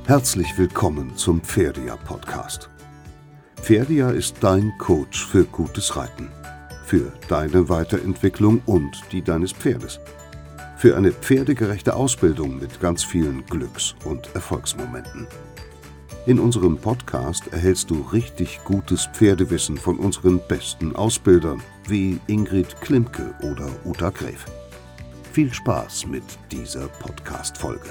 Herzlich willkommen zum Pferdia-Podcast. Pferdia ist dein Coach für gutes Reiten, für deine Weiterentwicklung und die deines Pferdes, für eine pferdegerechte Ausbildung mit ganz vielen Glücks- und Erfolgsmomenten. In unserem Podcast erhältst du richtig gutes Pferdewissen von unseren besten Ausbildern, wie Ingrid Klimke oder Uta Gräf. Viel Spaß mit dieser Podcast-Folge.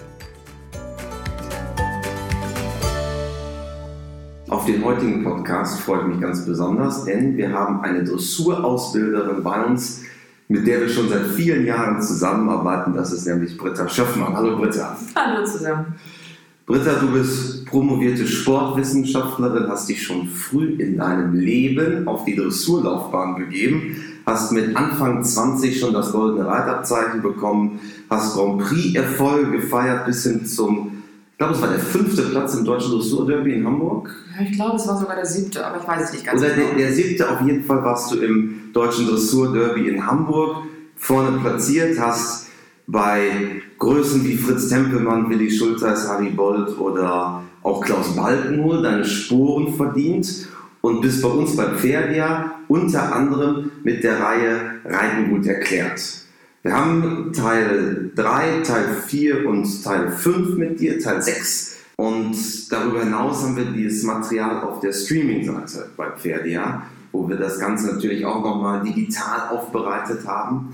Auf den heutigen Podcast freue ich mich ganz besonders, denn wir haben eine Dressurausbilderin bei uns, mit der wir schon seit vielen Jahren zusammenarbeiten. Das ist nämlich Britta Schöffmann. Hallo Britta. Hallo zusammen. Britta, du bist promovierte Sportwissenschaftlerin, hast dich schon früh in deinem Leben auf die Dressurlaufbahn begeben, hast mit Anfang 20 schon das Goldene Reitabzeichen bekommen, hast Grand Prix-Erfolge gefeiert bis hin zum, ich glaube, es war der 5. Platz im Deutschen Dressurderby in Hamburg. Ja, ich glaube, es war sogar der 7., aber ich weiß es nicht ganz genau. Oder der 7. auf jeden Fall warst du im Deutschen Dressurderby in Hamburg vorne platziert, hast bei Größen wie Fritz Tempelmann, Willi Schultheis, Harry Bold oder auch Klaus Balkenhol deine Sporen verdient und bist bei uns bei Pferdia unter anderem mit der Reihe Reiten gut erklärt. Wir haben Teil 3, Teil 4 und Teil 5 mit dir, Teil 6. Und darüber hinaus haben wir dieses Material auf der Streaming-Seite bei Pferdia, wo wir das Ganze natürlich auch nochmal digital aufbereitet haben.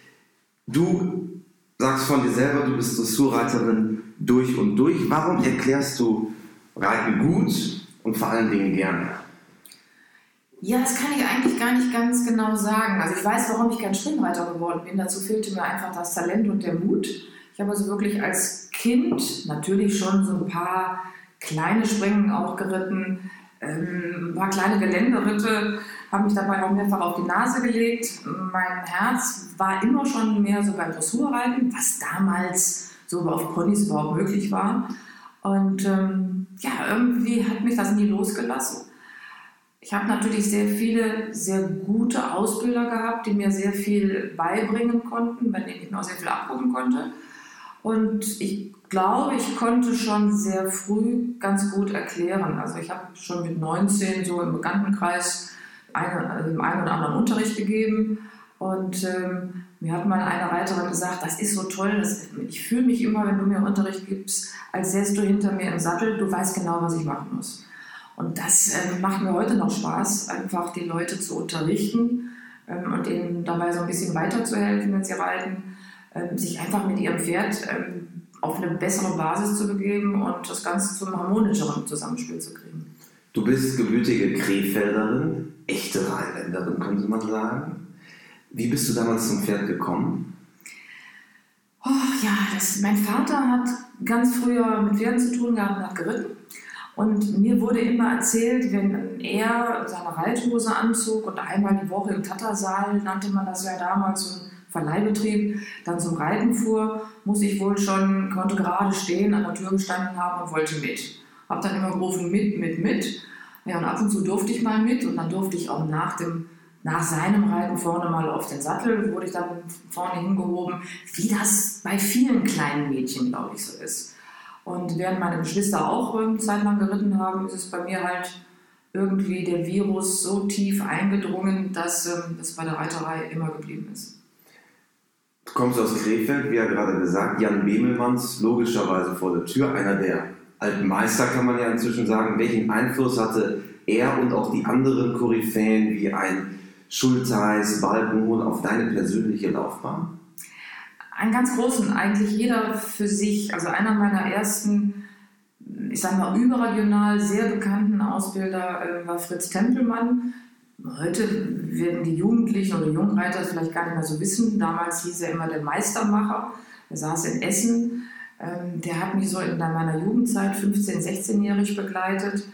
Du sagst von dir selber, du bist Dressurreiterin durch und durch. Warum erklärst du Reiten gut und vor allen Dingen gerne? Ja, das kann ich eigentlich gar nicht ganz genau sagen. Also ich weiß, warum ich kein Springreiter geworden bin. Dazu fehlte mir einfach das Talent und der Mut. Ich habe also wirklich als Kind natürlich schon so ein paar kleine Springen auch geritten, ein paar kleine Geländeritte, habe mich dabei auch mehrfach auf die Nase gelegt. Mein Herz war immer schon mehr so beim Dressurreiten, was damals so auf Ponys überhaupt möglich war. Und irgendwie hat mich das nie losgelassen. Ich habe natürlich sehr viele, sehr gute Ausbilder gehabt, die mir sehr viel beibringen konnten, bei denen ich mir auch sehr viel abgucken konnte. Und ich glaube, ich konnte schon sehr früh ganz gut erklären. Also ich habe schon mit 19 so im Bekanntenkreis einen oder anderen Unterricht gegeben. Und mir hat mal eine Reiterin gesagt, das ist so toll, ich fühle mich immer, wenn du mir Unterricht gibst, als säßt du hinter mir im Sattel, du weißt genau, was ich machen muss. Und das macht mir heute noch Spaß, einfach die Leute zu unterrichten und ihnen dabei so ein bisschen weiterzuhelfen, wenn sie reiten, sich einfach mit ihrem Pferd auf eine bessere Basis zu begeben und das Ganze zum harmonischeren Zusammenspiel zu kriegen. Du bist gebürtige Krefelderin, echte Rheinländerin, könnte man sagen. Wie bist du damals zum Pferd gekommen? Oh, ja, mein Vater hat ganz früher mit Pferden zu tun gehabt und hat geritten. Und mir wurde immer erzählt, wenn er seine Reithose anzog und einmal die Woche im Tattersaal, nannte man das ja damals, so ein Verleihbetrieb, dann zum Reiten fuhr, konnte gerade stehen, an der Tür gestanden haben und wollte mit. Hab dann immer gerufen, mit. Ja, und ab und zu durfte ich mal mit und dann durfte ich auch nach seinem Reiten vorne mal auf den Sattel, wurde ich dann vorne hingehoben, wie das bei vielen kleinen Mädchen, glaube ich, so ist. Und während meine Geschwister auch eine Zeit lang geritten haben, ist es bei mir halt irgendwie der Virus so tief eingedrungen, dass es bei der Reiterei immer geblieben ist. Du kommst aus Krefeld, wie ja gerade gesagt, Jan Bemelmanns logischerweise vor der Tür, einer der alten Meister, kann man ja inzwischen sagen. Welchen Einfluss hatte er und auch die anderen Koryphäen wie ein Schultheis, Balkenhol auf deine persönliche Laufbahn? Einen ganz großen, eigentlich jeder für sich. Also einer meiner ersten, ich sage mal überregional sehr bekannten Ausbilder war Fritz Tempelmann. Heute werden die Jugendlichen oder Jungreiter das vielleicht gar nicht mehr so wissen. Damals hieß er immer der Meistermacher. Er saß in Essen. Der hat mich so in meiner Jugendzeit 15-, 16-jährig begleitet.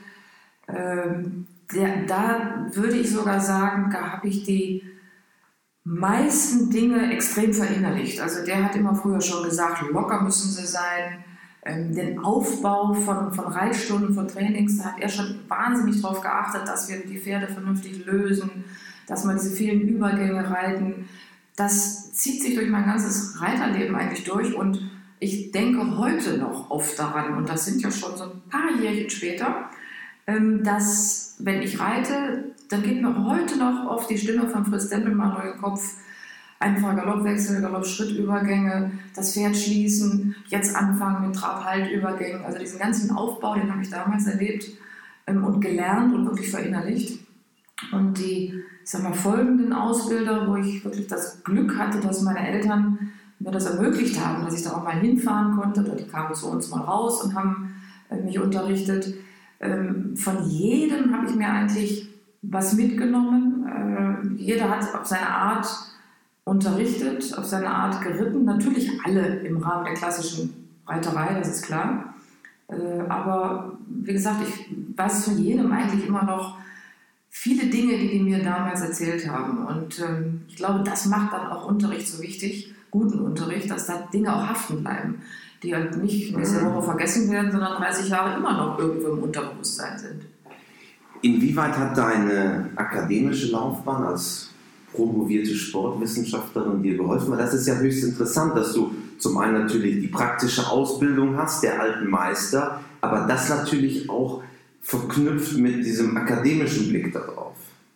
Da würde ich sogar sagen, da habe ich die meisten Dinge extrem verinnerlicht. Also der hat immer früher schon gesagt, locker müssen sie sein. Den Aufbau von Reitstunden, von Trainings, da hat er schon wahnsinnig darauf geachtet, dass wir die Pferde vernünftig lösen, dass wir diese vielen Übergänge reiten. Das zieht sich durch mein ganzes Reiterleben eigentlich durch und ich denke heute noch oft daran, und das sind ja schon so ein paar Jährchen später, dass, wenn ich reite, dann geht mir heute noch oft die Stimme von Fritz Tempelmann durch den Kopf. Einfacher Galoppwechsel, Galopp-Schrittübergänge, das Pferd schließen, jetzt anfangen mit Trab-Halt-Übergängen. Also diesen ganzen Aufbau, den habe ich damals erlebt und gelernt und wirklich verinnerlicht. Und die, ich sag mal, folgenden Ausbilder, wo ich wirklich das Glück hatte, dass meine Eltern mir das ermöglicht haben, dass ich da auch mal hinfahren konnte. Oder die kamen zu uns mal raus und haben mich unterrichtet. Von jedem habe ich mir eigentlich was mitgenommen. Jeder hat auf seine Art unterrichtet, auf seine Art geritten. Natürlich alle im Rahmen der klassischen Reiterei, das ist klar. Aber wie gesagt, ich weiß von jedem eigentlich immer noch viele Dinge, die mir damals erzählt haben. Und ich glaube, das macht dann auch Unterricht so wichtig, guten Unterricht, dass da Dinge auch haften bleiben, die halt nicht nächste Woche vergessen werden, sondern 30 Jahre immer noch irgendwo im Unterbewusstsein sind. Inwieweit hat deine akademische Laufbahn als promovierte Sportwissenschaftlerin dir geholfen? Weil das ist ja höchst interessant, dass du zum einen natürlich die praktische Ausbildung hast, der alten Meister, aber das natürlich auch verknüpft mit diesem akademischen Blick darauf.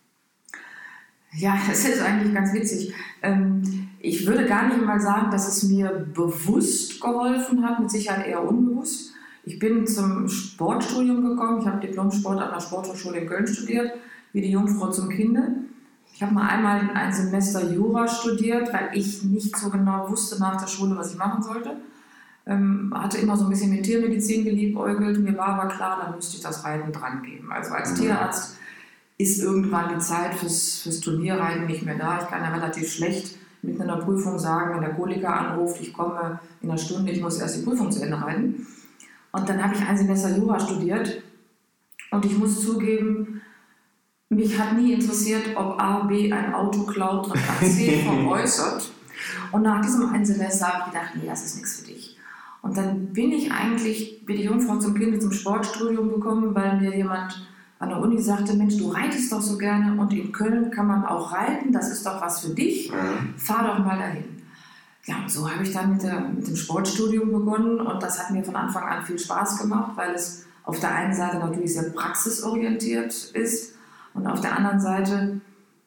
Ja, das ist eigentlich ganz witzig. Ich würde gar nicht mal sagen, dass es mir bewusst geholfen hat, mit Sicherheit eher unbewusst. Ich bin zum Sportstudium gekommen, ich habe Diplom-Sport an der Sporthochschule in Köln studiert, wie die Jungfrau zum Kinde. Ich habe mal einmal ein Semester Jura studiert, weil ich nicht so genau wusste nach der Schule, was ich machen sollte. Hatte immer so ein bisschen mit Tiermedizin geliebäugelt. Mir war aber klar, da müsste ich das Reiten dran geben. Also als Tierarzt ist irgendwann die Zeit fürs Turnierreiten nicht mehr da. Ich kann ja relativ schlecht mitten in der Prüfung sagen, wenn der Koliker anruft, ich komme in einer Stunde, ich muss erst die Prüfung zu Ende reiten. Und dann habe ich ein Semester Jura studiert und ich muss zugeben, mich hat nie interessiert, ob A, B ein Auto klaut und A, C veräußert. Und nach diesem einen Semester habe ich gedacht, nee, das ist nichts für dich. Und dann bin ich eigentlich wie die Jungfrau zum Kind zum Sportstudium gekommen, weil mir jemand an der Uni sagte, Mensch, du reitest doch so gerne und in Köln kann man auch reiten, das ist doch was für dich, fahr doch mal dahin. Ja, und so habe ich dann mit dem Sportstudium begonnen und das hat mir von Anfang an viel Spaß gemacht, weil es auf der einen Seite natürlich sehr praxisorientiert ist und auf der anderen Seite,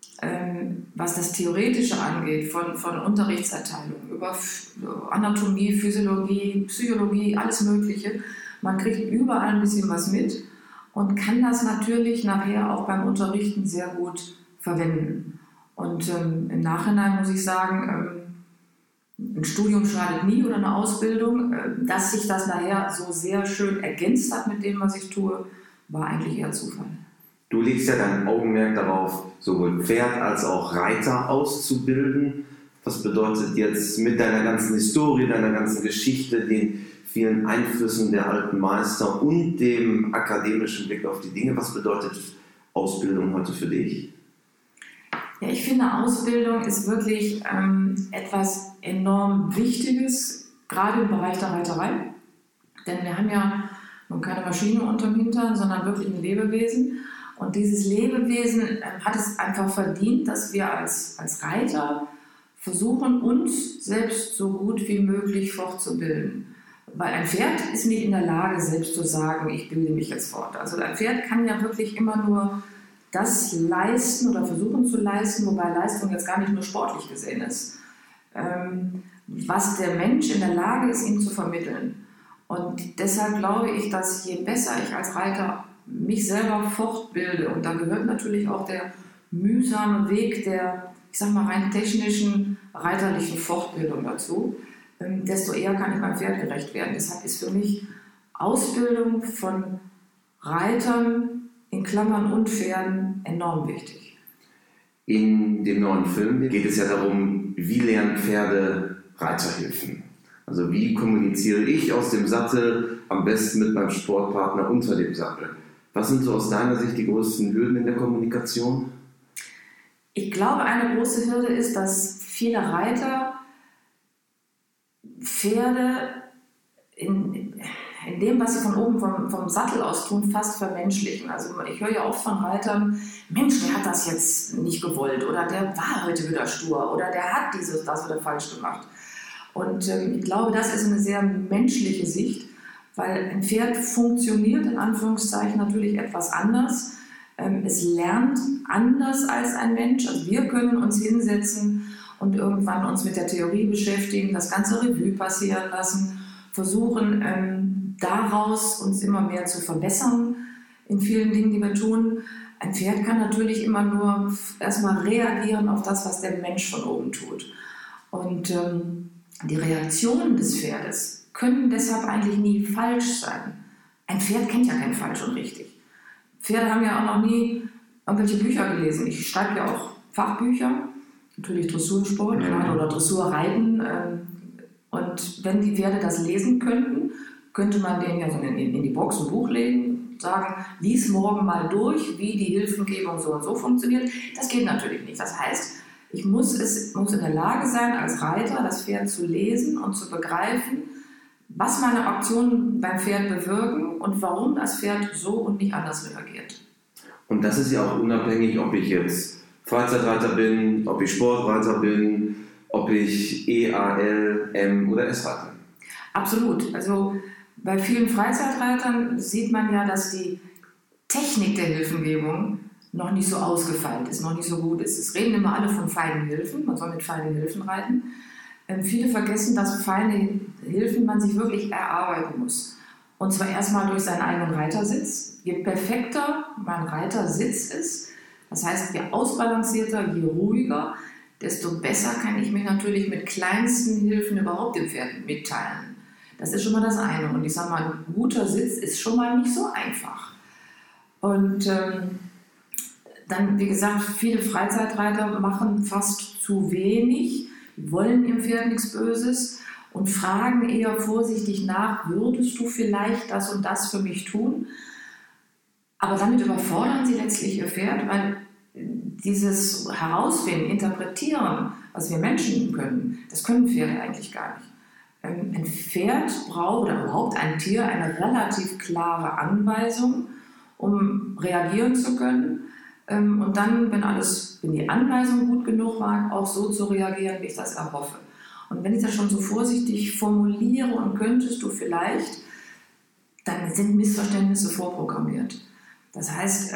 was das Theoretische angeht, von Unterrichtserteilung über Anatomie, Physiologie, Psychologie, alles Mögliche. Man kriegt überall ein bisschen was mit und kann das natürlich nachher auch beim Unterrichten sehr gut verwenden. Und im Nachhinein muss ich sagen, ein Studium schadet nie oder eine Ausbildung. Dass sich das nachher so sehr schön ergänzt hat mit dem, was ich tue, war eigentlich eher Zufall. Du legst ja dein Augenmerk darauf, sowohl Pferd als auch Reiter auszubilden. Was bedeutet jetzt mit deiner ganzen Historie, deiner ganzen Geschichte, den vielen Einflüssen der alten Meister und dem akademischen Blick auf die Dinge, was bedeutet Ausbildung heute für dich? Ja, ich finde, Ausbildung ist wirklich etwas enorm Wichtiges, gerade im Bereich der Reiterei. Denn wir haben ja nun keine Maschine unterm Hintern, sondern wirklich ein Lebewesen. Und dieses Lebewesen hat es einfach verdient, dass wir als Reiter versuchen, uns selbst so gut wie möglich fortzubilden. Weil ein Pferd ist nicht in der Lage, selbst zu sagen, ich bilde mich jetzt fort. Also ein Pferd kann ja wirklich immer nur das leisten oder versuchen zu leisten, wobei Leistung jetzt gar nicht nur sportlich gesehen ist, was der Mensch in der Lage ist, ihm zu vermitteln. Und deshalb glaube ich, dass je besser ich als Reiter mich selber fortbilde, und da gehört natürlich auch der mühsame Weg der, ich sag mal, rein technischen, reiterlichen Fortbildung dazu, desto eher kann ich meinem Pferd gerecht werden. Deshalb ist für mich Ausbildung von Reitern, in Klammern und Pferden, enorm wichtig. In dem neuen Film geht es ja darum, wie lernen Pferde Reiterhilfen? Also wie kommuniziere ich aus dem Sattel am besten mit meinem Sportpartner unter dem Sattel? Was sind so aus deiner Sicht die größten Hürden in der Kommunikation? Ich glaube, eine große Hürde ist, dass viele Reiter Pferde in dem, was sie von oben vom Sattel aus tun, fast vermenschlichen. Also ich höre ja oft von Reitern, Mensch, der hat das jetzt nicht gewollt oder der war heute wieder stur oder der hat das wieder falsch gemacht. Und ich glaube, das ist eine sehr menschliche Sicht, weil ein Pferd funktioniert in Anführungszeichen natürlich etwas anders. Es lernt anders als ein Mensch. Also wir können uns hinsetzen und irgendwann uns mit der Theorie beschäftigen, das ganze Revue passieren lassen, versuchen daraus uns immer mehr zu verbessern in vielen Dingen, die wir tun. Ein Pferd kann natürlich immer nur erstmal reagieren auf das, was der Mensch von oben tut. Und die Reaktionen des Pferdes können deshalb eigentlich nie falsch sein. Ein Pferd kennt ja kein falsch und richtig. Pferde haben ja auch noch nie irgendwelche Bücher gelesen. Ich schreibe ja auch Fachbücher, natürlich Dressursport oder Dressurreiten. Und wenn die Pferde das lesen könnten, könnte man denen ja so in die Box ein Buch legen, sagen, lies morgen mal durch, wie die Hilfengebung so und so funktioniert. Das geht natürlich nicht. Das heißt, ich muss in der Lage sein, als Reiter das Pferd zu lesen und zu begreifen, was meine Aktionen beim Pferd bewirken und warum das Pferd so und nicht anders reagiert. Und das ist ja auch unabhängig, ob ich jetzt Freizeitreiter bin, ob ich Sportreiter bin, ob ich EAL, M oder S reite. Absolut. Also bei vielen Freizeitreitern sieht man ja, dass die Technik der Hilfengebung noch nicht so ausgefeilt ist, noch nicht so gut ist. Es reden immer alle von feinen Hilfen, man soll mit feinen Hilfen reiten. Viele vergessen, dass feine Hilfen man sich wirklich erarbeiten muss. Und zwar erstmal durch seinen eigenen Reitersitz. Je perfekter mein Reitersitz ist, das heißt, je ausbalancierter, je ruhiger, desto besser kann ich mich natürlich mit kleinsten Hilfen überhaupt dem Pferd mitteilen. Das ist schon mal das eine. Und ich sage mal, ein guter Sitz ist schon mal nicht so einfach. Und dann, wie gesagt, viele Freizeitreiter machen fast zu wenig, wollen ihrem Pferd nichts Böses und fragen eher vorsichtig nach, würdest du vielleicht das und das für mich tun? Aber damit überfordern sie letztlich ihr Pferd, weil dieses Herausfinden, Interpretieren, was wir Menschen können, das können Pferde eigentlich gar nicht. Ein Pferd braucht oder überhaupt ein Tier eine relativ klare Anweisung, um reagieren zu können. Und dann, wenn die Anweisung gut genug war, auch so zu reagieren, wie ich das erhoffe. Und wenn ich das schon so vorsichtig formuliere und könntest du vielleicht, dann sind Missverständnisse vorprogrammiert. Das heißt,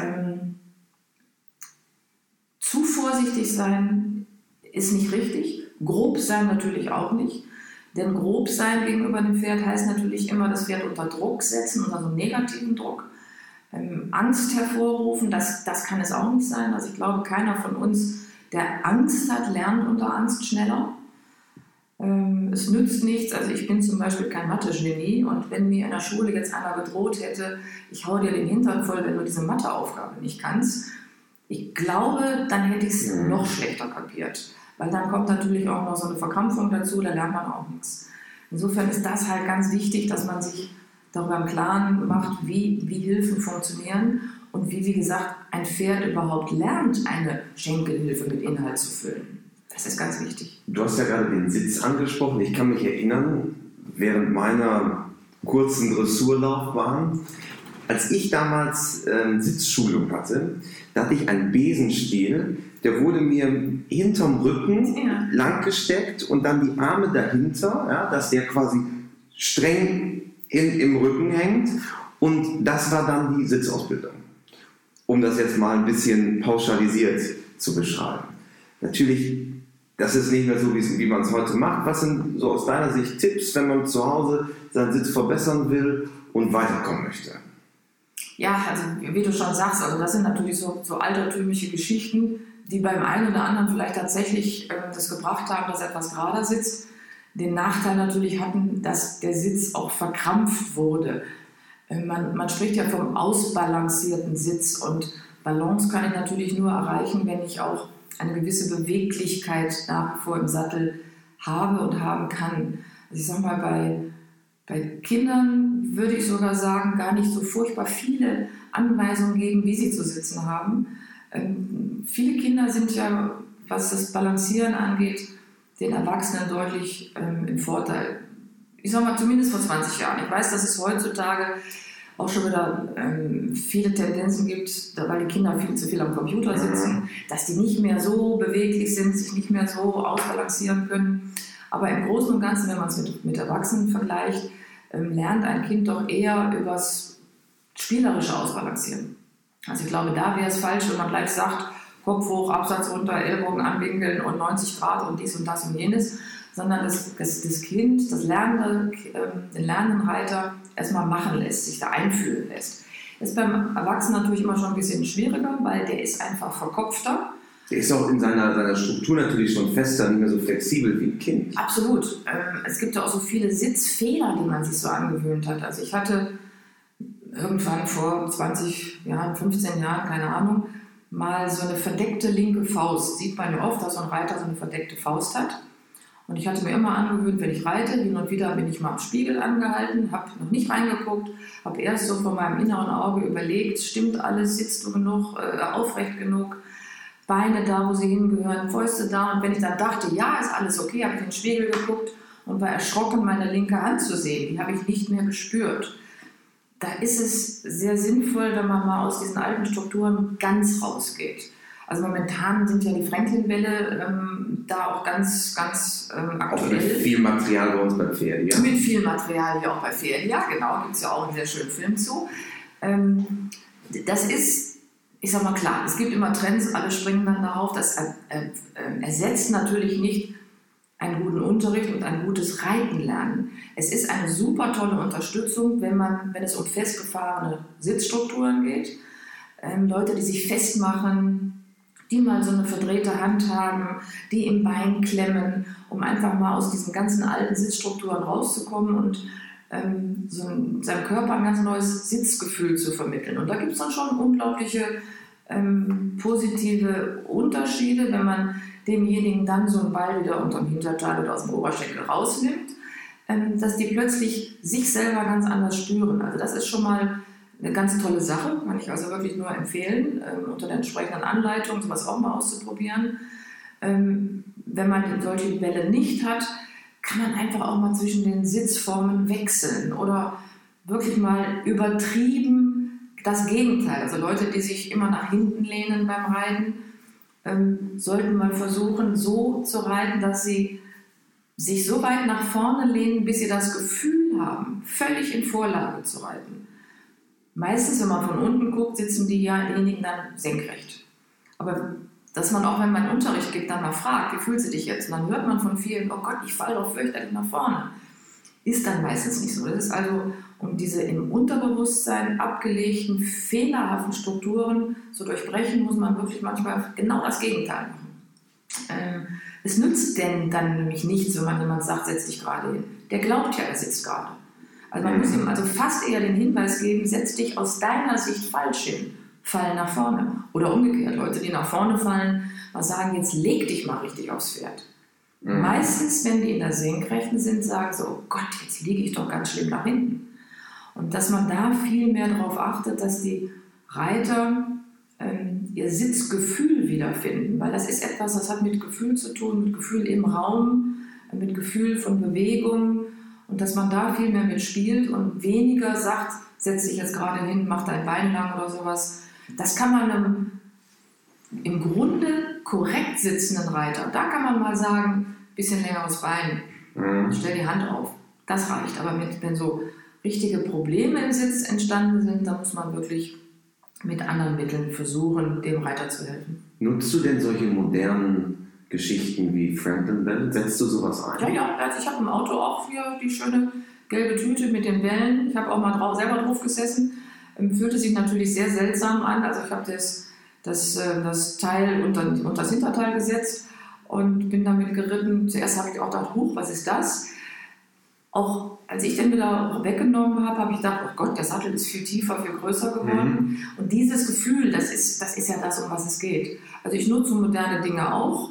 zu vorsichtig sein ist nicht richtig, grob sein natürlich auch nicht. Denn grob sein gegenüber dem Pferd heißt natürlich immer das Pferd unter Druck setzen, unter so einen negativen Druck. Angst hervorrufen, das kann es auch nicht sein. Also ich glaube, keiner von uns, der Angst hat, lernt unter Angst schneller. Es nützt nichts, also ich bin zum Beispiel kein Mathe-Genie und wenn mir in der Schule jetzt einer gedroht hätte, ich hau dir den Hintern voll, wenn du diese Matheaufgabe nicht kannst, ich glaube, dann hätte ich es noch schlechter kapiert. Weil dann kommt natürlich auch noch so eine Verkrampfung dazu, da lernt man auch nichts. Insofern ist das halt ganz wichtig, dass man sich darüber im Klaren macht, wie Hilfen funktionieren und wie gesagt, ein Pferd überhaupt lernt, eine Schenkelhilfe mit Inhalt zu füllen. Das ist ganz wichtig. Du hast ja gerade den Sitz angesprochen. Ich kann mich erinnern, während meiner kurzen Dressurlaufbahn, als ich damals Sitzschulung hatte, da hatte ich einen Besenstiel, der wurde mir hinterm Rücken lang gesteckt und dann die Arme dahinter, ja, dass der quasi streng im Rücken hängt und das war dann die Sitzausbildung. Um das jetzt mal ein bisschen pauschalisiert zu beschreiben. Natürlich, das ist nicht mehr so, wie man es heute macht. Was sind so aus deiner Sicht Tipps, wenn man zu Hause seinen Sitz verbessern will und weiterkommen möchte? Ja, also wie du schon sagst, also das sind natürlich so altertümliche Geschichten, die beim einen oder anderen vielleicht tatsächlich das gebracht haben, dass etwas gerader sitzt. Den Nachteil natürlich hatten, dass der Sitz auch verkrampft wurde. Man spricht ja vom ausbalancierten Sitz und Balance kann ich natürlich nur erreichen, wenn ich auch eine gewisse Beweglichkeit nach wie vor im Sattel habe und haben kann. Also ich sag mal, bei Kindern würde ich sogar sagen, gar nicht so furchtbar viele Anweisungen geben, wie sie zu sitzen haben. Viele Kinder sind ja, was das Balancieren angeht, den Erwachsenen deutlich im Vorteil. Ich sage mal, zumindest vor 20 Jahren. Ich weiß, dass es heutzutage auch schon wieder viele Tendenzen gibt, weil die Kinder viel zu viel am Computer sitzen, dass die nicht mehr so beweglich sind, sich nicht mehr so ausbalancieren können. Aber im Großen und Ganzen, wenn man es mit Erwachsenen vergleicht, lernt ein Kind doch eher übers spielerische Ausbalancieren. Also ich glaube, da wäre es falsch, wenn man gleich sagt, Kopf hoch, Absatz runter, Ellbogen anwinkeln und 90 Grad und dies und das und jenes, sondern das Kind, den lernenden Reiter erstmal machen lässt, sich da einfühlen lässt. Das ist beim Erwachsenen natürlich immer schon ein bisschen schwieriger, weil der ist einfach verkopfter. Der ist auch in seiner Struktur natürlich schon fester, nicht mehr so flexibel wie ein Kind. Absolut. Es gibt ja auch so viele Sitzfehler, die man sich so angewöhnt hat. Also ich hatte irgendwann vor 20 Jahren, 15 Jahren, keine Ahnung, mal so eine verdeckte linke Faust. Sieht man ja oft, dass so ein Reiter so eine verdeckte Faust hat. Und ich hatte mir immer angewöhnt, wenn ich reite, hin und wieder bin ich mal am Spiegel angehalten, habe noch nicht reingeguckt, habe erst so vor meinem inneren Auge überlegt, stimmt alles, sitzt du genug, aufrecht genug, Beine da, wo sie hingehören, Fäuste da. Und wenn ich dann dachte, ja, ist alles okay, habe ich in den Spiegel geguckt und war erschrocken, meine linke Hand zu sehen. Die habe ich nicht mehr gespürt. Da ist es sehr sinnvoll, wenn man mal aus diesen alten Strukturen ganz rausgeht. Also momentan sind ja die Franklin-Bälle da auch ganz aktuell. Auch mit viel Material bei uns bei Feria. Mit viel Material hier auch bei Feria, genau, gibt es ja auch einen sehr schönen Film zu. Das ist, ich sag mal klar, es gibt immer Trends, alle springen dann darauf. Das ersetzt natürlich nicht einen guten Unterricht und ein gutes Reiten lernen. Es ist eine super tolle Unterstützung, wenn es um festgefahrene Sitzstrukturen geht. Leute, die sich festmachen, die mal so eine verdrehte Hand haben, die im Bein klemmen, um einfach mal aus diesen ganzen alten Sitzstrukturen rauszukommen und seinem Körper ein ganz neues Sitzgefühl zu vermitteln. Und da gibt es dann schon unglaubliche positive Unterschiede, wenn man demjenigen dann so einen Ball wieder unterm Hinterteil oder aus dem Oberschenkel rausnimmt, dass die plötzlich sich selber ganz anders spüren. Also das ist schon mal eine ganz tolle Sache, kann ich also wirklich nur empfehlen, unter der entsprechenden Anleitung sowas auch mal auszuprobieren. Wenn man solche Bälle nicht hat, kann man einfach auch mal zwischen den Sitzformen wechseln oder wirklich mal übertrieben das Gegenteil. Also Leute, die sich immer nach hinten lehnen beim Reiten, sollten mal versuchen, so zu reiten, dass sie sich so weit nach vorne lehnen, bis sie das Gefühl haben, völlig in Vorlage zu reiten. Meistens, wenn man von unten guckt, sitzen diejenigen dann senkrecht. Aber dass man auch, wenn man Unterricht gibt, dann mal fragt, wie fühlst du dich jetzt? Und dann hört man von vielen, oh Gott, ich falle doch fürchterlich nach vorne. Ist dann meistens nicht so. Das ist also, um diese im Unterbewusstsein abgelegten, fehlerhaften Strukturen zu durchbrechen, muss man wirklich manchmal genau das Gegenteil machen. Es nützt denn dann nämlich nichts, wenn man jemand sagt, setz dich gerade hin. Der glaubt ja, er sitzt gerade. Also man muss ihm also fast eher den Hinweis geben, setz dich aus deiner Sicht falsch hin, fall nach vorne. Oder umgekehrt, Leute, die nach vorne fallen, mal sagen, jetzt leg dich mal richtig aufs Pferd. Meistens, wenn die in der Senkrechten sind, sagen so, oh Gott, jetzt liege ich doch ganz schlimm nach hinten. Und dass man da viel mehr darauf achtet, dass die Reiter ihr Sitzgefühl wiederfinden, weil das ist etwas, das hat mit Gefühl zu tun, mit Gefühl im Raum, mit Gefühl von Bewegung und dass man da viel mehr mitspielt und weniger sagt, setz dich jetzt gerade hin, mach dein Bein lang oder sowas. Das kann man einem im Grunde korrekt sitzenden Reiter, da kann man mal sagen, bisschen längeres Bein, stell die Hand auf, das reicht. Aber wenn so richtige Probleme im Sitz entstanden sind, dann muss man wirklich mit anderen Mitteln versuchen, dem Reiter zu helfen. Nutzt du denn solche modernen Geschichten wie Franklin Bell? Setzt du sowas ein? Ja, also ich habe im Auto auch hier die schöne gelbe Tüte mit den Bällen. Ich habe auch mal selber drauf gesessen. Fühlte sich natürlich sehr seltsam an. Also ich habe das Teil unter das Hinterteil gesetzt und bin damit geritten. Zuerst habe ich auch gedacht, huch, was ist das? Auch als ich den wieder weggenommen habe, habe ich gedacht, oh Gott, der Sattel ist viel tiefer, viel größer geworden. Und dieses Gefühl, das ist ja das, um was es geht. Also ich nutze moderne Dinge auch.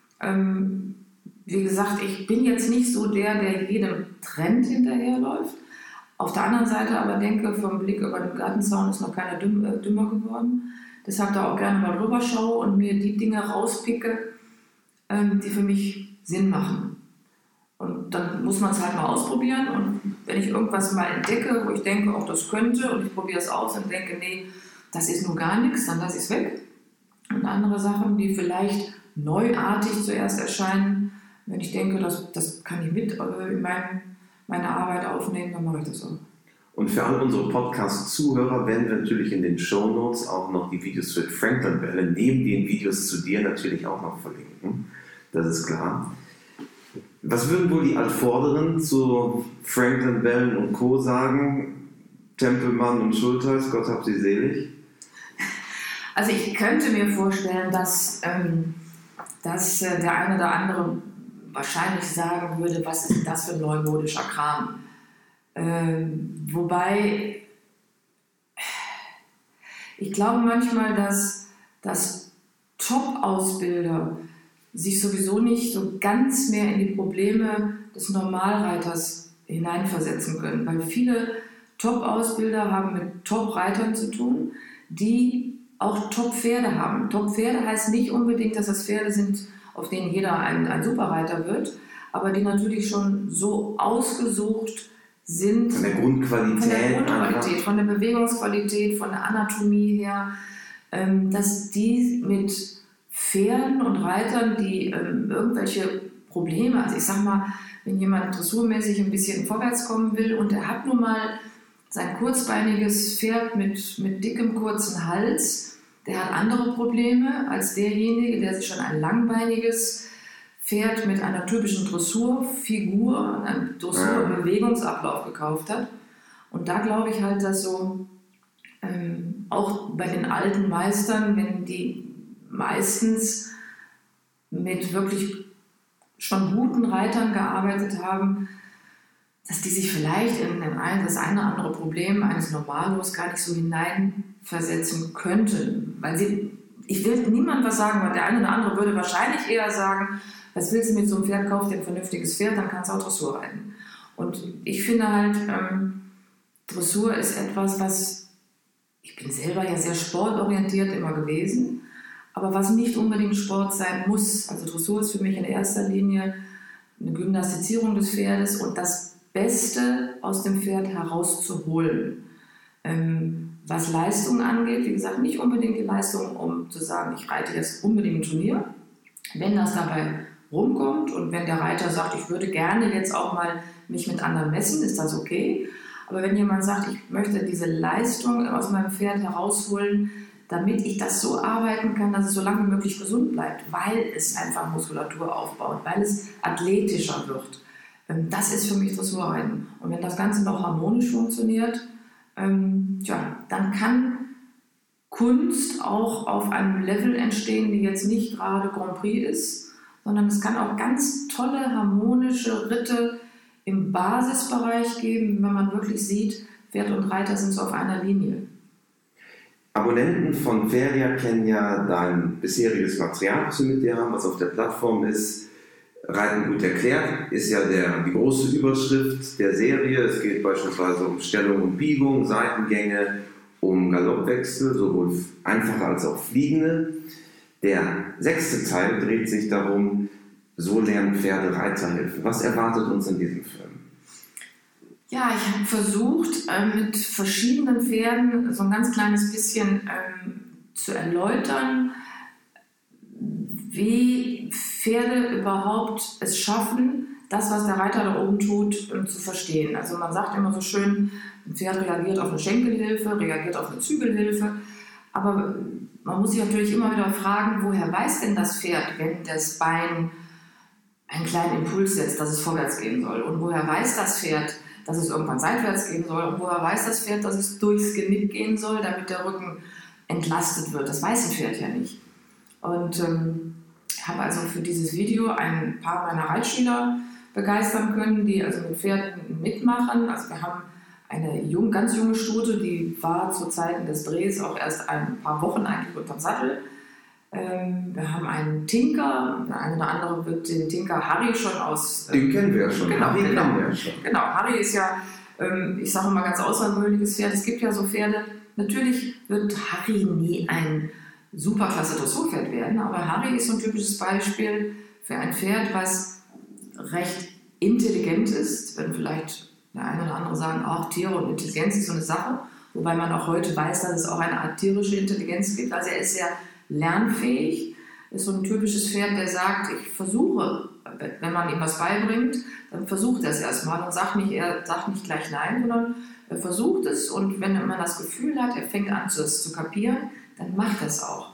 Wie gesagt, ich bin jetzt nicht so der jedem Trend hinterherläuft. Auf der anderen Seite aber denke, vom Blick über den Gartenzaun ist noch keiner dümmer geworden. Deshalb da auch gerne mal drüber schaue und mir die Dinge rauspicke, die für mich Sinn machen. Und dann muss man es halt mal ausprobieren. Und wenn ich irgendwas mal entdecke, wo ich denke, auch das könnte, und ich probiere es aus und denke, nee, das ist nur gar nichts, dann lasse ich es weg. Und andere Sachen, die vielleicht neuartig zuerst erscheinen, Wenn ich denke, das kann ich mit in meine Arbeit aufnehmen, dann mache ich das auch. Und für alle unsere Podcast-Zuhörer werden wir natürlich in den Shownotes auch noch die Videos für Franklin Bell neben den Videos zu dir natürlich auch noch verlinken. Das ist klar. Was würden wohl die Altvorderen zu Franklin Bell und Co. sagen? Tempelmann und Schultheiss, Gott hab sie selig? Also ich könnte mir vorstellen, dass der eine oder andere wahrscheinlich sagen würde, was ist das für ein neumodischer Kram? Wobei ich glaube manchmal, dass Top-Ausbilder sich sowieso nicht so ganz mehr in die Probleme des Normalreiters hineinversetzen können, weil viele Top-Ausbilder haben mit Top-Reitern zu tun, die auch Top-Pferde haben. Top-Pferde heißt nicht unbedingt, dass das Pferde sind, auf denen jeder ein Superreiter wird, aber die natürlich schon so ausgesucht sind. Von der Grundqualität, von der Bewegungsqualität, von der Anatomie her, dass die mit Pferden und Reitern, die irgendwelche Probleme, also ich sag mal, wenn jemand dressurmäßig ein bisschen vorwärts kommen will und er hat nun mal sein kurzbeiniges Pferd mit dickem, kurzen Hals, der hat andere Probleme als derjenige, der sich schon ein langbeiniges Pferd mit einer typischen Dressurfigur, einem Dressurbewegungsablauf gekauft hat. Und da glaube ich halt, dass so auch bei den alten Meistern, wenn die meistens mit wirklich schon guten Reitern gearbeitet haben, dass die sich vielleicht in das eine oder andere Problem eines Normalos gar nicht so hineinversetzen könnten. Weil ich will niemandem was sagen, weil der eine oder andere würde wahrscheinlich eher sagen, was willst du mit so einem Pferd, kauf dir ein vernünftiges Pferd, dann kannst du auch Dressur reiten. Und ich finde halt, Dressur ist etwas, was, ich bin selber ja sehr sportorientiert immer gewesen, aber was nicht unbedingt Sport sein muss. Also Dressur ist für mich in erster Linie eine Gymnastizierung des Pferdes und das Beste aus dem Pferd herauszuholen. Was Leistung angeht, wie gesagt, nicht unbedingt die Leistung, um zu sagen, ich reite jetzt unbedingt ein Turnier. Wenn das dabei rumkommt und wenn der Reiter sagt, ich würde gerne jetzt auch mal mich mit anderen messen, ist das okay. Aber wenn jemand sagt, ich möchte diese Leistung aus meinem Pferd herausholen, damit ich das so arbeiten kann, dass es so lange wie möglich gesund bleibt, weil es einfach Muskulatur aufbaut, weil es athletischer wird. Das ist für mich Dressurreiten. Und wenn das Ganze noch harmonisch funktioniert, dann kann Kunst auch auf einem Level entstehen, die jetzt nicht gerade Grand Prix ist, sondern es kann auch ganz tolle harmonische Ritte im Basisbereich geben, wenn man wirklich sieht, Pferd und Reiter sind so auf einer Linie. Abonnenten von Feria kennen ja dein bisheriges Material, was wir mit dir haben, was auf der Plattform ist. Reiten gut erklärt ist ja die große Überschrift der Serie. Es geht beispielsweise um Stellung und Biegung, Seitengänge, um Galoppwechsel, sowohl einfache als auch fliegende. Der 6. Teil dreht sich darum, so lernen Pferde Reiterhilfe. Was erwartet uns in diesem Film? Ja, ich habe versucht, mit verschiedenen Pferden so ein ganz kleines bisschen zu erläutern, wie Pferde überhaupt es schaffen, das, was der Reiter da oben tut, zu verstehen. Also man sagt immer so schön, ein Pferd reagiert auf eine Schenkelhilfe, reagiert auf eine Zügelhilfe, aber man muss sich natürlich immer wieder fragen, woher weiß denn das Pferd, wenn das Bein einen kleinen Impuls setzt, dass es vorwärts gehen soll? Und woher weiß das Pferd, dass es irgendwann seitwärts gehen soll? Und woher weiß das Pferd, dass es durchs Genick gehen soll, damit der Rücken entlastet wird? Das weiß ein Pferd ja nicht. Und ich habe also für dieses Video ein paar meiner Reitschüler begeistern können, die also mit Pferden mitmachen. Also wir haben eine ganz junge Stute, die war zu Zeiten des Drehs auch erst ein paar Wochen eigentlich unterm Sattel. Wir haben einen Tinker, der eine oder andere wird den Tinker Harry schon aus... Den kennen wir ja schon. Genau, Harry ist ja, ich sage mal, ganz außergewöhnliches Pferd. Es gibt ja so Pferde, natürlich wird Harry nie ein superklasse Dressurpferd werden, aber Harry ist so ein typisches Beispiel für ein Pferd, was recht intelligent ist. Wenn vielleicht der eine oder andere sagen, auch Tiere und Intelligenz ist so eine Sache, wobei man auch heute weiß, dass es auch eine Art tierische Intelligenz gibt. Also er ist sehr lernfähig, ist so ein typisches Pferd, der sagt, ich versuche wenn man ihm was beibringt, dann versucht er es erstmal und sagt nicht gleich nein, sondern er versucht es, und wenn man das Gefühl hat, er fängt an, es zu kapieren, dann macht er es auch.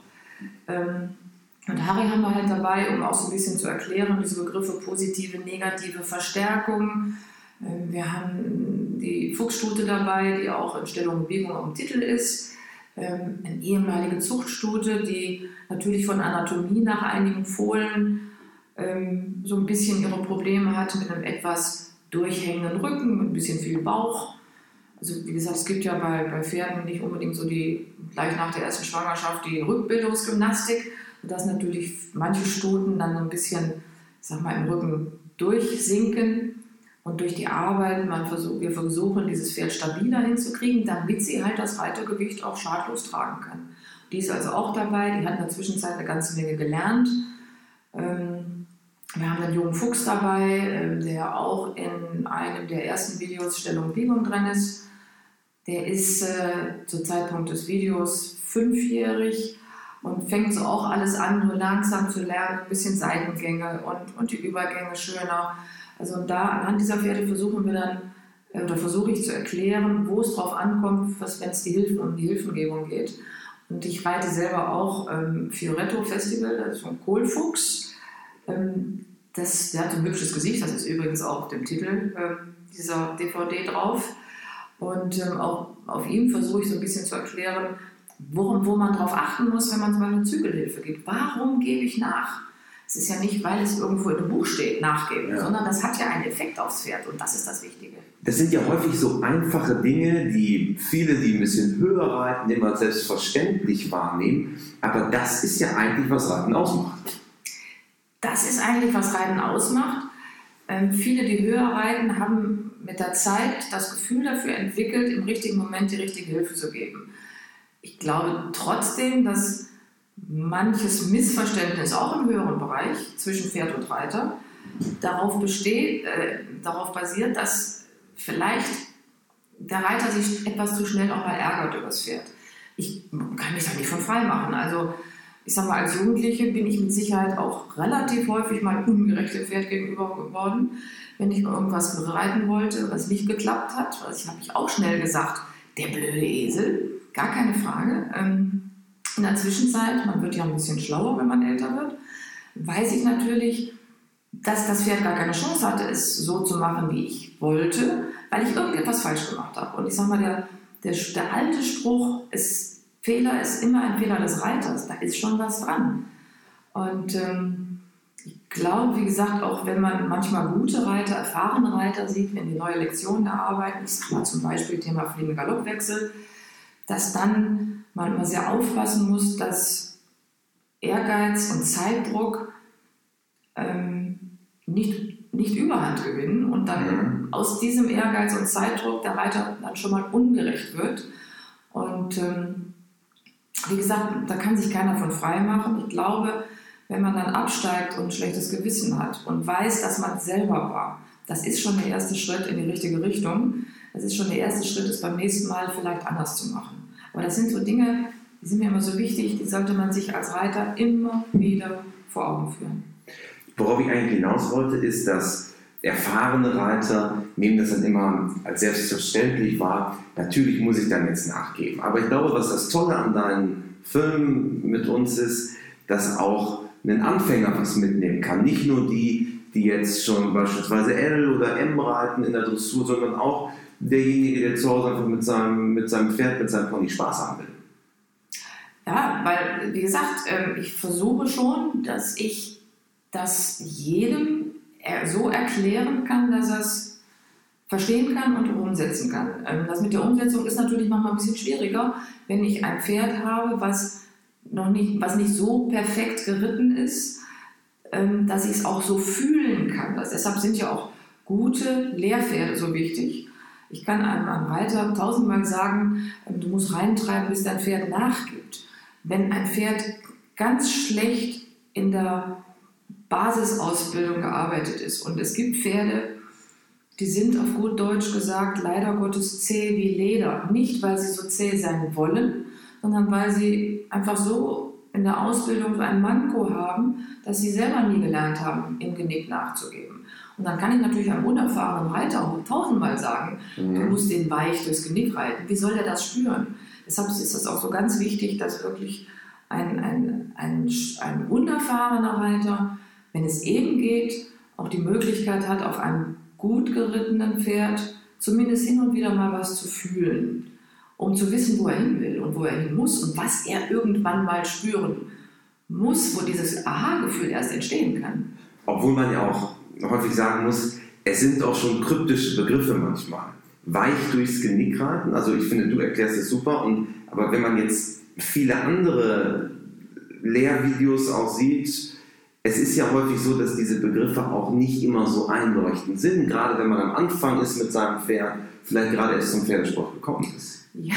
Und Harry haben wir halt dabei, um auch so ein bisschen zu erklären, diese Begriffe positive, negative Verstärkung. Wir haben die Fuchsstute dabei, die auch in Stellung und Bewegung am Titel ist. Eine ehemalige Zuchtstute, die natürlich von Anatomie nach einigen Fohlen so ein bisschen ihre Probleme hat mit einem etwas durchhängenden Rücken, mit ein bisschen viel Bauch. Also wie gesagt, es gibt ja bei Pferden nicht unbedingt so gleich nach der ersten Schwangerschaft die Rückbildungsgymnastik, sodass natürlich manche Stuten dann ein bisschen, im Rücken durchsinken. Und durch die Arbeit, wir versuchen, dieses Pferd stabiler hinzukriegen, damit sie halt das Reitergewicht auch schadlos tragen kann. Die ist also auch dabei, die hat in der Zwischenzeit eine ganze Menge gelernt. Wir haben einen jungen Fuchs dabei, der auch in einem der ersten Videos Stellung und Bewegung drin ist. Der ist zu Zeitpunkt des Videos 5-jährig und fängt so auch alles an, nur langsam zu lernen, ein bisschen Seitengänge und die Übergänge schöner. Also da anhand dieser Pferde versuche ich zu erklären, wo es drauf ankommt, wenn es um die Hilfengebung geht. Und ich reite selber auch Fioretto Festival, das ist so ein Kohlfuchs. Der hat so ein hübsches Gesicht, das ist übrigens auch auf dem Titel dieser DVD drauf. Und auch auf ihm versuche ich so ein bisschen zu erklären, wo man drauf achten muss, wenn man zum Beispiel eine Zügelhilfe gibt. Warum gebe ich nach? Es ist ja nicht, weil es irgendwo in einem Buch steht, nachgeben, sondern das hat ja einen Effekt aufs Pferd und das ist das Wichtige. Das sind ja häufig so einfache Dinge, die viele, die ein bisschen höher reiten, immer selbstverständlich wahrnehmen. Aber das ist ja eigentlich, was Reiten ausmacht. Das ist eigentlich, was Reiten ausmacht. Viele, die höher reiten, haben mit der Zeit das Gefühl dafür entwickelt, im richtigen Moment die richtige Hilfe zu geben. Ich glaube trotzdem, dass manches Missverständnis auch im höheren Bereich zwischen Pferd und Reiter darauf basiert, dass vielleicht der Reiter sich etwas zu schnell auch mal ärgert über das Pferd. Ich kann mich da nicht von frei machen. Also ich sag mal, als Jugendliche bin ich mit Sicherheit auch relativ häufig mal ungerecht dem Pferd gegenüber geworden, wenn ich mal irgendwas reiten wollte, was nicht geklappt hat. Also ich habe mich auch schnell gesagt, der blöde Esel, gar keine Frage. In der Zwischenzeit, man wird ja ein bisschen schlauer, wenn man älter wird, weiß ich natürlich, dass das Pferd gar keine Chance hatte, es so zu machen, wie ich wollte, weil ich irgendetwas falsch gemacht habe. Und ich sage mal, der alte Spruch, Fehler ist immer ein Fehler des Reiters, da ist schon was dran. Und ich glaube, wie gesagt, auch wenn man manchmal gute Reiter, erfahrene Reiter sieht, wenn die neue Lektionen erarbeiten, ich sage mal zum Beispiel Thema fliegende Galoppwechsel, dass dann man immer sehr aufpassen muss, dass Ehrgeiz und Zeitdruck nicht Überhand gewinnen und dann aus diesem Ehrgeiz und Zeitdruck der Reiter dann schon mal ungerecht wird. Und wie gesagt, da kann sich keiner von frei machen. Ich glaube, wenn man dann absteigt und ein schlechtes Gewissen hat und weiß, dass man selber war, das ist schon der erste Schritt in die richtige Richtung. Das ist schon der erste Schritt, es beim nächsten Mal vielleicht anders zu machen. Aber das sind so Dinge, die sind mir immer so wichtig, die sollte man sich als Reiter immer wieder vor Augen führen. Worauf ich eigentlich hinaus wollte, ist, dass erfahrene Reiter nehmen das dann immer als selbstverständlich wahr. Natürlich muss ich dann jetzt nachgeben. Aber ich glaube, was das Tolle an deinen Filmen mit uns ist, dass auch ein Anfänger was mitnehmen kann. Nicht nur die jetzt schon beispielsweise L oder M reiten in der Dressur, sondern auch derjenige, der zu Hause einfach mit seinem Pferd, mit seinem Pony Spaß haben will. Ja, weil, wie gesagt, ich versuche schon, dass ich das jedem so erklären kann, dass er es verstehen kann und umsetzen kann. Das mit der Umsetzung ist natürlich manchmal ein bisschen schwieriger, wenn ich ein Pferd habe, was nicht so perfekt geritten ist, dass ich es auch so fühlen kann. Deshalb sind ja auch gute Lehrpferde so wichtig. Ich kann einem Reiter 1000-mal sagen, du musst reintreiben, bis dein Pferd nachgibt. Wenn ein Pferd ganz schlecht in der Basisausbildung gearbeitet ist und es gibt Pferde, die sind auf gut Deutsch gesagt leider Gottes zäh wie Leder. Nicht, weil sie so zäh sein wollen, sondern weil sie einfach so in der Ausbildung so ein Manko haben, dass sie selber nie gelernt haben, im Genick nachzugeben. Und dann kann ich natürlich einem unerfahrenen Reiter auch 1000-mal sagen, du musst den weich durchs Genick reiten. Wie soll der das spüren? Deshalb ist es auch so ganz wichtig, dass wirklich ein unerfahrener Reiter, wenn es eben geht, auch die Möglichkeit hat, auf einem gut gerittenen Pferd zumindest hin und wieder mal was zu fühlen, um zu wissen, wo er hin will und wo er hin muss und was er irgendwann mal spüren muss, wo dieses Aha-Gefühl erst entstehen kann. Obwohl man ja auch häufig sagen muss, es sind auch schon kryptische Begriffe manchmal. Weich durchs Genick reiten, also ich finde, du erklärst es super, aber wenn man jetzt viele andere Lehrvideos auch sieht, es ist ja häufig so, dass diese Begriffe auch nicht immer so einleuchtend sind, gerade wenn man am Anfang ist mit seinem Pferd, vielleicht gerade erst zum Pferdesport gekommen ist. Ja,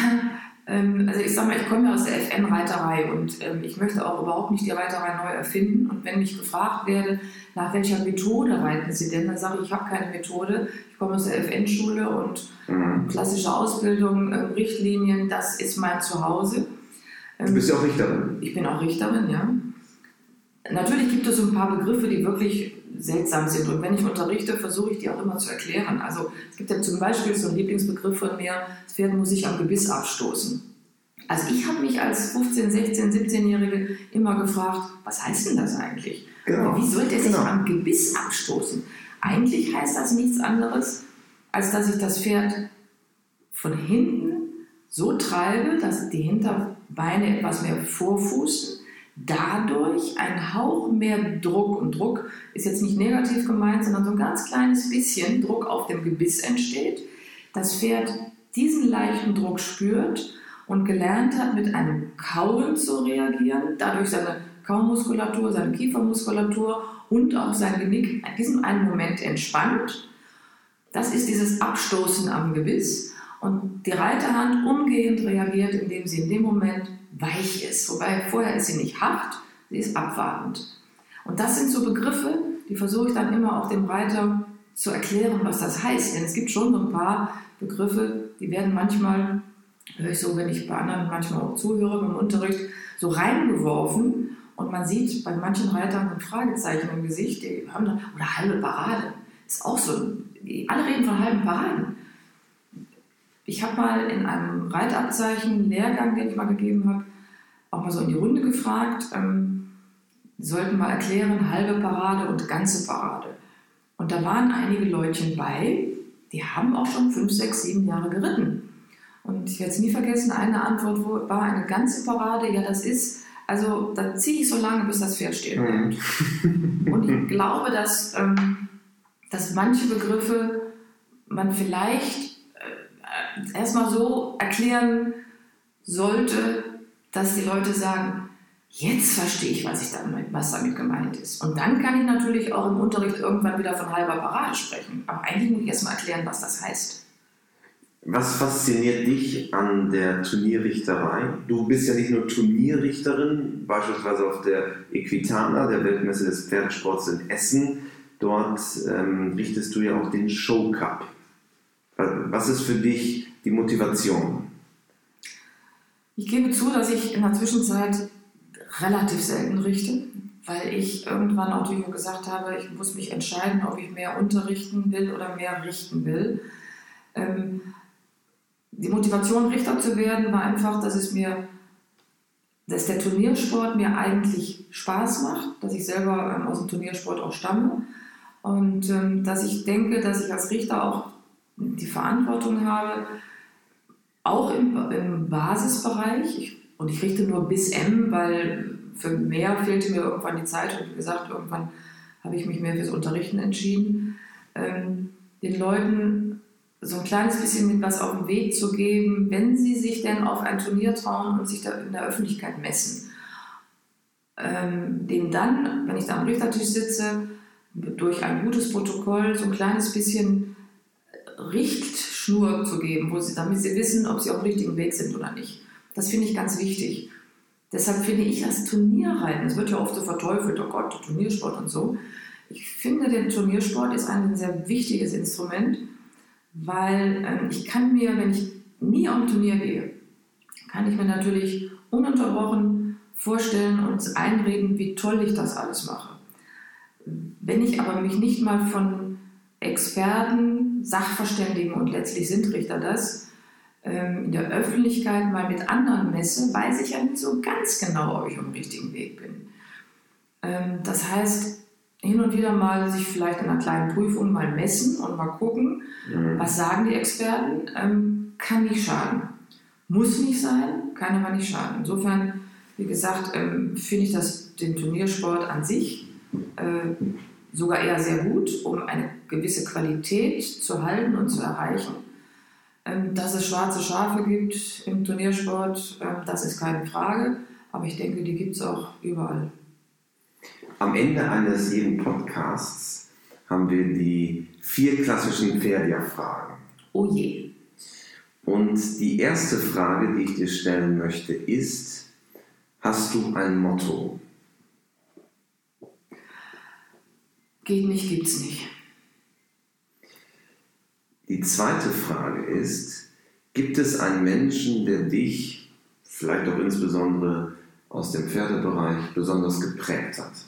also ich sag mal, ich komme ja aus der FN-Reiterei und ich möchte auch überhaupt nicht die Reiterei neu erfinden. Und wenn mich gefragt werde, nach welcher Methode reiten Sie denn, dann sage ich, ich habe keine Methode. Ich komme aus der FN-Schule und klassische Ausbildung, Richtlinien, das ist mein Zuhause. Du bist ja auch Richterin. Ich bin auch Richterin, ja. Natürlich gibt es so ein paar Begriffe, die wirklich seltsam sind. Und wenn ich unterrichte, versuche ich die auch immer zu erklären. Also es gibt ja zum Beispiel so einen Lieblingsbegriff von mir, das Pferd muss sich am Gebiss abstoßen. Also ich habe mich als 15-, 16-, 17-Jährige immer gefragt, was heißt denn das eigentlich? Genau. Wie sollte er sich am Gebiss abstoßen? Eigentlich heißt das nichts anderes, als dass ich das Pferd von hinten so treibe, dass die Hinterbeine etwas mehr vorfußen, dadurch ein Hauch mehr Druck, und Druck ist jetzt nicht negativ gemeint, sondern so ein ganz kleines bisschen Druck auf dem Gebiss entsteht. Das Pferd diesen leichten Druck spürt und gelernt hat, mit einem Kauen zu reagieren, dadurch seine Kaumuskulatur, seine Kiefermuskulatur und auch sein Genick in diesem einen Moment entspannt. Das ist dieses Abstoßen am Gebiss. Und die Reiterhand umgehend reagiert, indem sie in dem Moment weich ist. Wobei vorher ist sie nicht hart, sie ist abwartend. Und das sind so Begriffe, die versuche ich dann immer auch dem Reiter zu erklären, was das heißt. Denn es gibt schon so ein paar Begriffe, die werden manchmal, höre ich so, wenn ich bei anderen manchmal auch zuhöre beim Unterricht, so reingeworfen. Und man sieht bei manchen Reitern ein Fragezeichen im Gesicht, die haben dann, oder halbe Parade. Ist auch so, alle reden von halben Paraden. Ich habe mal in einem Reitabzeichen Lehrgang, den ich mal gegeben habe, auch mal so in die Runde gefragt, sollten mal erklären, halbe Parade und ganze Parade. Und da waren einige Leutchen bei, die haben auch schon 5, 6, 7 Jahre geritten. Und ich werde es nie vergessen, eine Antwort war eine ganze Parade, ja das ist, also da ziehe ich so lange, bis das Pferd stehen bleibt. Und ich glaube, dass manche Begriffe man vielleicht erstmal so erklären sollte, dass die Leute sagen, jetzt verstehe ich, was damit gemeint ist. Und dann kann ich natürlich auch im Unterricht irgendwann wieder von halber Parade sprechen. Aber eigentlich muss ich erstmal erklären, was das heißt. Was fasziniert dich an der Turnierrichterei? Du bist ja nicht nur Turnierrichterin, beispielsweise auf der Equitana, der Weltmesse des Pferdesports in Essen. Dort richtest du ja auch den Showcup. Was ist für dich die Motivation? Ich gebe zu, dass ich in der Zwischenzeit relativ selten richte, weil ich irgendwann auch gesagt habe, ich muss mich entscheiden, ob ich mehr unterrichten will oder mehr richten will. Die Motivation, Richter zu werden, war einfach, dass der Turniersport mir eigentlich Spaß macht, dass ich selber aus dem Turniersport auch stamme und dass ich denke, dass ich als Richter auch die Verantwortung habe, auch im Basisbereich, und ich richte nur bis M, weil für mehr fehlte mir irgendwann die Zeit und wie gesagt, irgendwann habe ich mich mehr fürs Unterrichten entschieden, den Leuten so ein kleines bisschen mit was auf den Weg zu geben, wenn sie sich denn auf ein Turnier trauen und sich da in der Öffentlichkeit messen. Denen dann, wenn ich da am Richtertisch sitze, durch ein gutes Protokoll so ein kleines bisschen Richtschnur zu geben, damit sie wissen, ob sie auf dem richtigen Weg sind oder nicht. Das finde ich ganz wichtig. Deshalb finde ich das Turnierreiten, es wird ja oft so verteufelt, oh Gott, Turniersport und so. Ich finde, der Turniersport ist ein sehr wichtiges Instrument, weil ich kann mir, wenn ich nie auf ein Turnier gehe, kann ich mir natürlich ununterbrochen vorstellen und einreden, wie toll ich das alles mache. Wenn ich aber mich nicht mal von Experten, Sachverständigen und letztlich sind Richter das, in der Öffentlichkeit mal mit anderen messe, weiß ich ja nicht so ganz genau, ob ich auf dem richtigen Weg bin. Das heißt, hin und wieder mal sich vielleicht in einer kleinen Prüfung mal messen und mal gucken, was sagen die Experten, kann nicht schaden. Muss nicht sein, kann aber nicht schaden. Insofern, wie gesagt, finde ich den Turniersport an sich sogar eher sehr gut, um eine gewisse Qualität zu halten und zu erreichen. Dass es schwarze Schafe gibt im Turniersport, das ist keine Frage, aber ich denke, die gibt es auch überall. Am Ende eines jeden Podcasts haben wir die 4 klassischen Ferdia-Fragen. Oh je. Und die erste Frage, die ich dir stellen möchte, ist: Hast du ein Motto? Geht nicht, gibt's nicht. Die zweite Frage ist: Gibt es einen Menschen, der dich, vielleicht auch insbesondere aus dem Pferdebereich, besonders geprägt hat?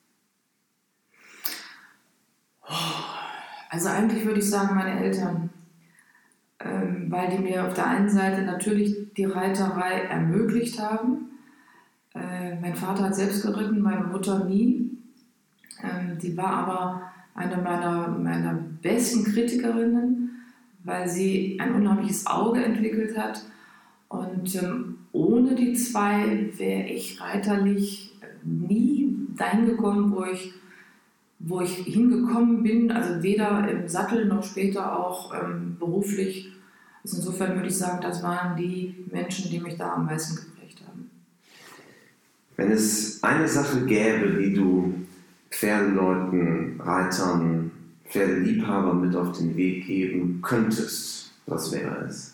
Also eigentlich würde ich sagen, meine Eltern, weil die mir auf der einen Seite natürlich die Reiterei ermöglicht haben. Mein Vater hat selbst geritten, meine Mutter nie. Die war aber eine meiner besten Kritikerinnen, weil sie ein unheimliches Auge entwickelt hat. Und ohne die 2 wäre ich reiterlich nie dahin gekommen, wo ich hingekommen bin, also weder im Sattel noch später auch beruflich. Also insofern würde ich sagen, das waren die Menschen, die mich da am meisten geprägt haben. Wenn es eine Sache gäbe, die du Pferdeleuten, Reitern, Pferdeliebhabern mit auf den Weg geben könntest, was wäre es?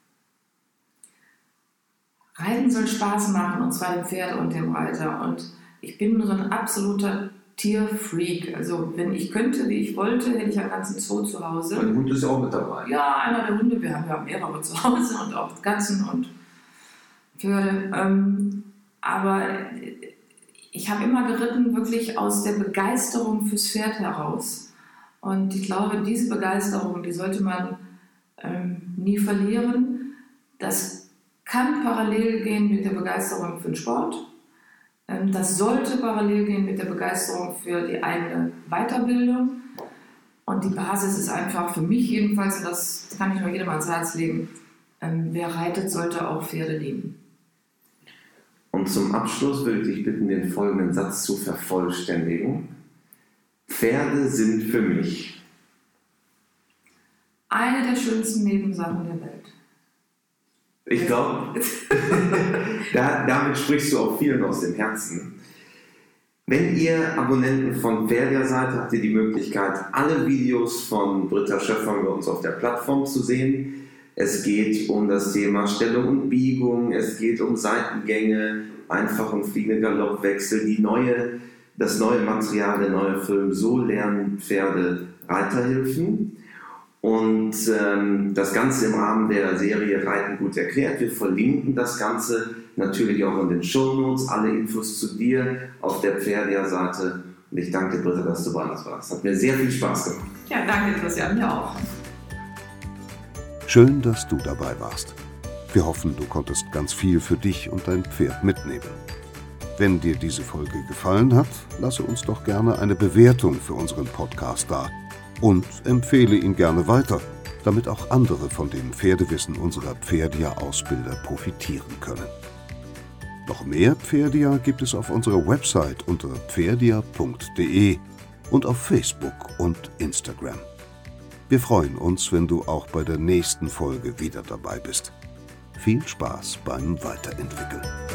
Reiten soll Spaß machen, und zwar dem Pferd und dem Reiter. Und ich bin nur so ein absoluter Tierfreak. Also wenn ich könnte, wie ich wollte, hätte ich einen ganzen Zoo zu Hause. Mein Hund ist auch mit dabei. Ja, einer der Hunde. Wir haben ja mehrere zu Hause und auch Katzen und Pferde. Aber ich habe immer geritten, wirklich aus der Begeisterung fürs Pferd heraus. Und ich glaube, diese Begeisterung, die sollte man nie verlieren. Das kann parallel gehen mit der Begeisterung für den Sport. Das sollte parallel gehen mit der Begeisterung für die eigene Weiterbildung. Und die Basis ist einfach für mich jedenfalls, und das kann ich nur jedem ans Herz legen, wer reitet, sollte auch Pferde lieben. Und zum Abschluss würde ich dich bitten, den folgenden Satz zu vervollständigen. Pferde sind für mich eine der schönsten Nebensachen der Welt. Ich glaube, damit sprichst du auch vielen aus dem Herzen. Wenn ihr Abonnenten von Ferdia seid, habt ihr die Möglichkeit, alle Videos von Britta Schöffmann bei uns auf der Plattform zu sehen. Es geht um das Thema Stellung und Biegung, es geht um Seitengänge, einfach und fliegende Galoppwechsel, das neue Material, der neue Film So lernen Pferde Reiterhilfen. Und das Ganze im Rahmen der Serie Reiten gut erklärt. Wir verlinken das Ganze natürlich auch in den Shownotes, alle Infos zu dir auf der Ferdia-Seite. Und ich danke dir, Britta, dass du bei uns warst. Hat mir sehr viel Spaß gemacht. Ja, danke, Christian, mir auch. Schön, dass du dabei warst. Wir hoffen, du konntest ganz viel für dich und dein Pferd mitnehmen. Wenn dir diese Folge gefallen hat, lasse uns doch gerne eine Bewertung für unseren Podcast da. Und empfehle ihn gerne weiter, damit auch andere von dem Pferdewissen unserer Pferdia-Ausbilder profitieren können. Noch mehr Pferdia gibt es auf unserer Website unter pferdia.de und auf Facebook und Instagram. Wir freuen uns, wenn du auch bei der nächsten Folge wieder dabei bist. Viel Spaß beim Weiterentwickeln.